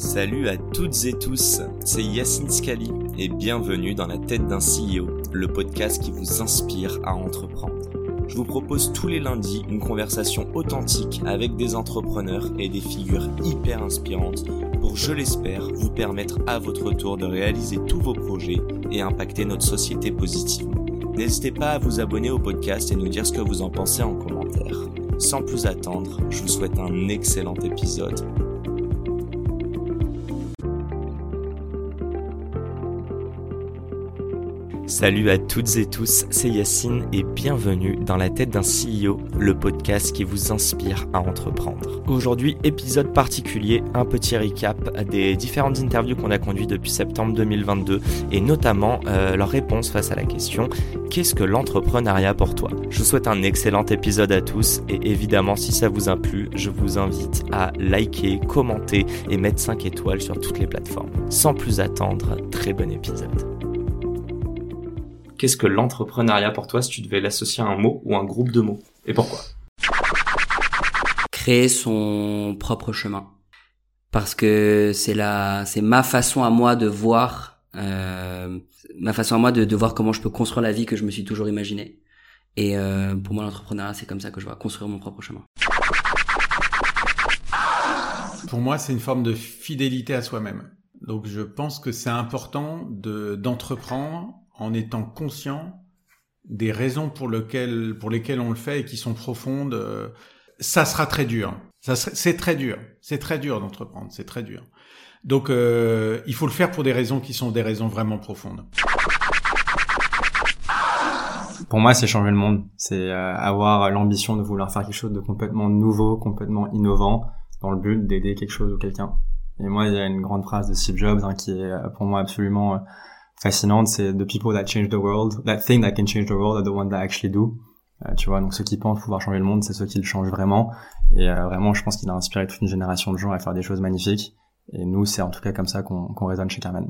Salut à toutes et tous, c'est Yacine Scali et bienvenue dans la tête d'un CEO, le podcast qui vous inspire à entreprendre. Je vous propose tous les lundis une conversation authentique avec des entrepreneurs et des figures hyper inspirantes pour, je l'espère, vous permettre à votre tour de réaliser tous vos projets et impacter notre société positivement. N'hésitez pas à vous abonner au podcast et nous dire ce que vous en pensez en commentaire. Sans plus attendre, je vous souhaite un excellent épisode. Salut à toutes et tous, c'est Yacine et bienvenue dans la tête d'un CEO, le podcast qui vous inspire à entreprendre. Aujourd'hui, épisode particulier, un petit recap des différentes interviews qu'on a conduites depuis septembre 2022 et notamment leur réponse face à la question « Qu'est-ce que l'entrepreneuriat pour toi ?» Je vous souhaite un excellent épisode à tous et évidemment si ça vous a plu, je vous invite à liker, commenter et mettre 5 étoiles sur toutes les plateformes. Sans plus attendre, très bon épisode. Qu'est-ce que l'entrepreneuriat pour toi si tu devais l'associer à un mot ou un groupe de mots? Et pourquoi? Créer son propre chemin. Parce que c'est ma façon à moi de voir, de voir comment je peux construire la vie que je me suis toujours imaginée. Et pour moi, l'entrepreneuriat, c'est comme ça que je vois, construire mon propre chemin. Pour moi, c'est une forme de fidélité à soi-même. Donc, je pense que c'est important d'entreprendre en étant conscient des raisons pour lesquelles on le fait et qui sont profondes. Ça sera très dur. C'est très dur. C'est très dur d'entreprendre. C'est très dur. Donc, il faut le faire pour des raisons qui sont des raisons vraiment profondes. Pour moi, c'est changer le monde. C'est avoir l'ambition de vouloir faire quelque chose de complètement nouveau, complètement innovant, dans le but d'aider quelque chose ou quelqu'un. Et moi, il y a une grande phrase de Steve Jobs qui est pour moi absolument fascinante, c'est "The people that change the world, that think that can change the world are the ones that actually do." Tu vois, donc ceux qui pensent pouvoir changer le monde, c'est ceux qui le changent vraiment. Et vraiment, je pense qu'il a inspiré toute une génération de gens à faire des choses magnifiques. Et nous, c'est en tout cas comme ça qu'on raisonne chez Carmen.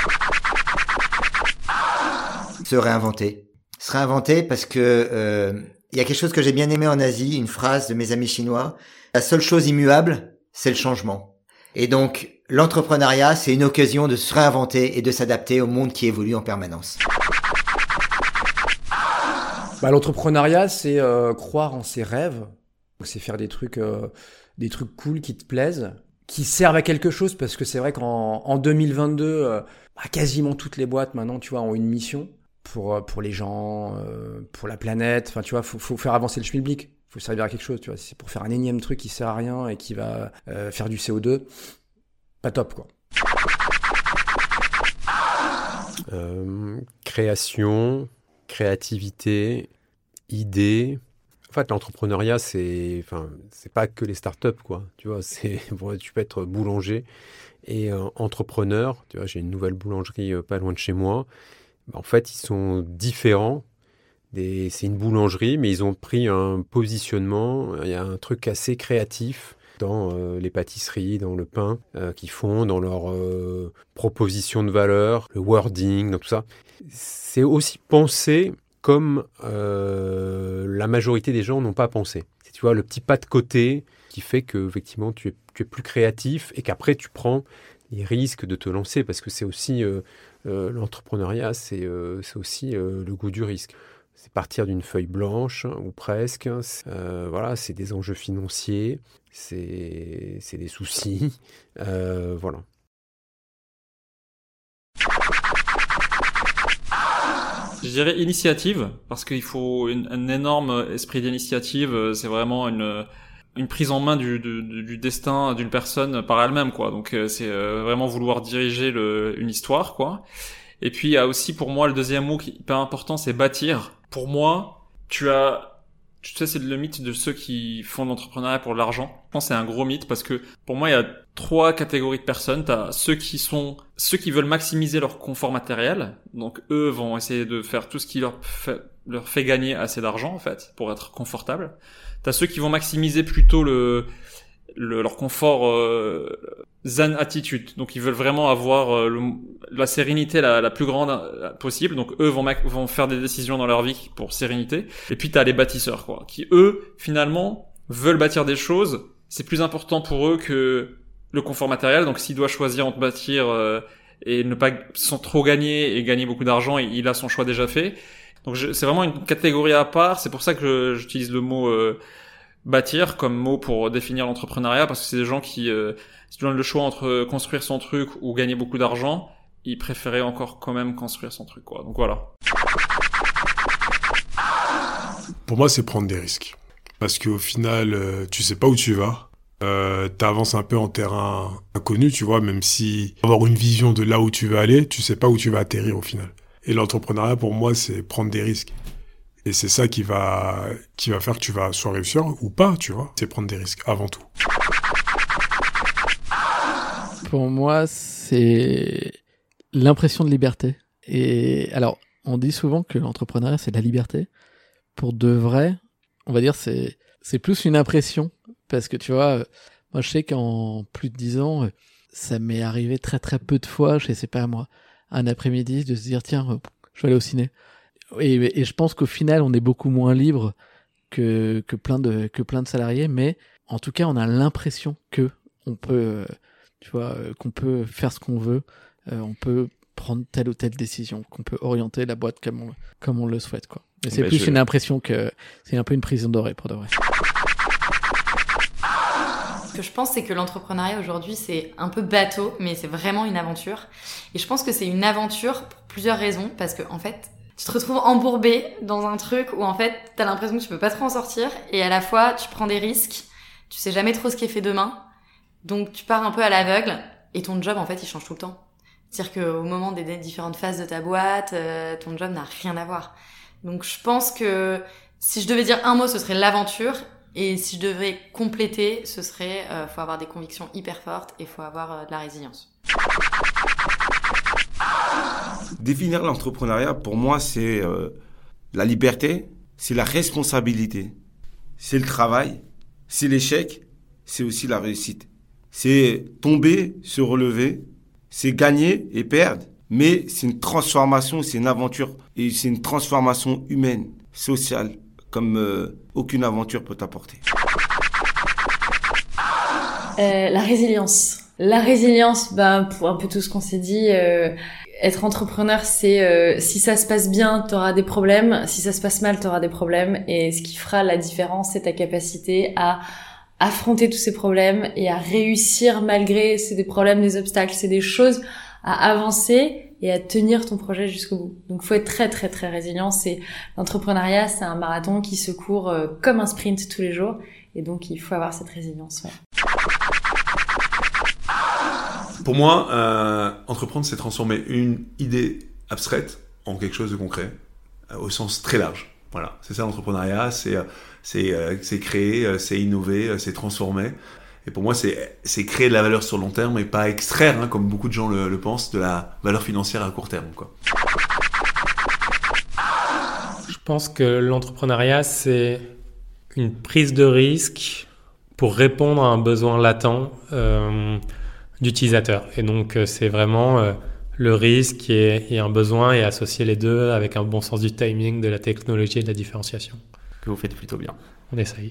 Se réinventer. Se réinventer parce que y a quelque chose que j'ai bien aimé en Asie, une phrase de mes amis chinois. La seule chose immuable, c'est le changement. Et donc, l'entrepreneuriat, c'est une occasion de se réinventer et de s'adapter au monde qui évolue en permanence. L'entrepreneuriat, c'est croire en ses rêves. C'est faire des trucs cool qui te plaisent, qui servent à quelque chose. Parce que c'est vrai qu'en 2022, quasiment toutes les boîtes maintenant, tu vois, ont une mission pour les gens, pour la planète. Enfin, tu vois, faut faire avancer le schmilblick. Faut servir à quelque chose, tu vois. Si c'est pour faire un énième truc qui sert à rien et qui va faire du CO2, pas top, quoi. Création, créativité, idées. En fait, l'entrepreneuriat, c'est pas que les startups, quoi. Tu vois, tu peux être boulanger et entrepreneur. Tu vois, j'ai une nouvelle boulangerie pas loin de chez moi. En fait, ils sont différents. C'est une boulangerie, mais ils ont pris un positionnement. Il y a un truc assez créatif dans les pâtisseries, dans le pain qu'ils font, dans leur proposition de valeur, le wording, dans tout ça. C'est aussi pensé comme la majorité des gens n'ont pas pensé. C'est, tu vois, le petit pas de côté qui fait que effectivement tu es plus créatif et qu'après tu prends les risques de te lancer, parce que c'est aussi l'entrepreneuriat, c'est aussi le goût du risque. C'est partir d'une feuille blanche, ou presque. C'est des enjeux financiers, c'est des soucis. Voilà. Je dirais initiative, parce qu'il faut un énorme esprit d'initiative. C'est vraiment une prise en main du destin d'une personne par elle-même, quoi. Donc c'est vraiment vouloir diriger une histoire, quoi. Et puis il y a aussi pour moi le deuxième mot qui est hyper important, c'est bâtir. Pour moi, tu sais, c'est le mythe de ceux qui font de l'entrepreneuriat pour l'argent. Je pense que c'est un gros mythe parce que pour moi, il y a 3 catégories de personnes. T'as ceux qui veulent maximiser leur confort matériel. Donc eux vont essayer de faire tout ce qui leur fait gagner assez d'argent, en fait, pour être confortable. T'as ceux qui vont maximiser plutôt leur confort zen attitude. Donc ils veulent vraiment avoir la sérénité la plus grande possible. Donc eux vont faire des décisions dans leur vie pour sérénité. Et puis t'as les bâtisseurs, quoi, qui eux finalement veulent bâtir des choses. C'est plus important pour eux que le confort matériel. Donc s'il doit choisir entre bâtir et ne pas sans trop gagner et gagner beaucoup d'argent, il a son choix déjà fait. Donc c'est vraiment une catégorie à part. C'est pour ça que j'utilise le mot bâtir comme mot pour définir l'entrepreneuriat, parce que c'est des gens qui, si tu donnes le choix entre construire son truc ou gagner beaucoup d'argent, ils préféraient encore quand même construire son truc, quoi. Donc voilà. Pour moi, c'est prendre des risques. Parce qu'au final, tu sais pas où tu vas. T'avances un peu en terrain inconnu, tu vois, même si avoir une vision de là où tu veux aller, tu sais pas où tu vas atterrir au final. Et l'entrepreneuriat, pour moi, c'est prendre des risques. Et c'est ça qui va faire que tu vas soit réussir ou pas, tu vois. C'est prendre des risques avant tout. Pour moi, c'est l'impression de liberté. Et alors, on dit souvent que l'entrepreneuriat, c'est de la liberté. Pour de vrai, on va dire, c'est plus une impression. Parce que tu vois, moi, je sais qu'en plus de 10 ans, ça m'est arrivé très très peu de fois, je sais pas moi, un après-midi, de se dire, tiens, je vais aller au ciné. Et je pense qu'au final, on est beaucoup moins libre que plein de salariés, mais en tout cas, on a l'impression que on peut, tu vois, qu'on peut faire ce qu'on veut, on peut prendre telle ou telle décision, qu'on peut orienter la boîte comme on le souhaite, quoi. Mais c'est plus une impression que c'est un peu une prison dorée pour de vrai. Ce que je pense, c'est que l'entrepreneuriat aujourd'hui, c'est un peu bateau, mais c'est vraiment une aventure. Et je pense que c'est une aventure pour plusieurs raisons, parce que en fait, tu te retrouves embourbé dans un truc où en fait, t'as l'impression que tu peux pas trop en sortir, et à la fois, tu prends des risques, tu sais jamais trop ce qui est fait demain, donc tu pars un peu à l'aveugle, et ton job, en fait, il change tout le temps. C'est-à-dire qu'au moment des différentes phases de ta boîte, ton job n'a rien à voir. Donc je pense que si je devais dire un mot, ce serait l'aventure. Et si je devais compléter, ce serait faut avoir des convictions hyper fortes et faut avoir de la résilience. Définir l'entrepreneuriat, pour moi, c'est la liberté, c'est la responsabilité, c'est le travail, c'est l'échec, c'est aussi la réussite. C'est tomber, se relever, c'est gagner et perdre, mais c'est une transformation, c'est une aventure et c'est une transformation humaine, sociale, comme aucune aventure peut t'apporter. La résilience. La résilience, pour un peu tout ce qu'on s'est dit, être entrepreneur, c'est si ça se passe bien, t'auras des problèmes, si ça se passe mal, t'auras des problèmes, et ce qui fera la différence, c'est ta capacité à affronter tous ces problèmes et à réussir malgré c'est des problèmes, des obstacles, c'est des choses à avancer et à tenir ton projet jusqu'au bout. Donc faut être très très très résilient. L'entrepreneuriat, c'est un marathon qui se court comme un sprint tous les jours, et donc il faut avoir cette résilience. Ouais. Pour moi, entreprendre, c'est transformer une idée abstraite en quelque chose de concret, au sens très large. Voilà, c'est ça l'entrepreneuriat, c'est créer, c'est innover, c'est transformer. Et pour moi, c'est créer de la valeur sur le long terme et pas extraire, comme beaucoup de gens le pensent, de la valeur financière à court terme, quoi. Je pense que l'entrepreneuriat, c'est une prise de risque pour répondre à un besoin latent d'utilisateur. Et donc, c'est vraiment le risque et un besoin, et associer les deux avec un bon sens du timing, de la technologie et de la différenciation. Que vous faites plutôt bien. On essaye.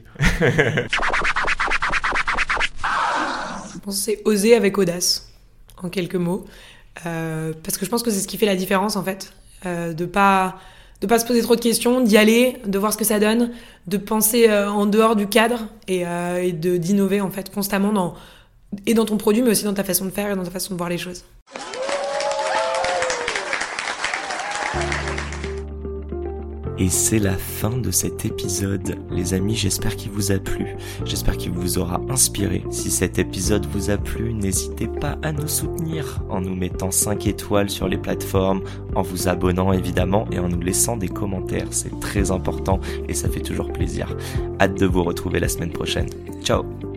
Je pense que c'est oser avec audace, en quelques mots. Parce que je pense que c'est ce qui fait la différence, en fait. De pas se poser trop de questions, d'y aller, de voir ce que ça donne, de penser en dehors du cadre et d'innover, en fait, constamment dans ton produit, mais aussi dans ta façon de faire et dans ta façon de voir les choses. Et c'est la fin de cet épisode. Les amis, j'espère qu'il vous a plu. J'espère qu'il vous aura inspiré. Si cet épisode vous a plu, n'hésitez pas à nous soutenir en nous mettant 5 étoiles sur les plateformes, en vous abonnant évidemment et en nous laissant des commentaires. C'est très important et ça fait toujours plaisir. Hâte de vous retrouver la semaine prochaine. Ciao!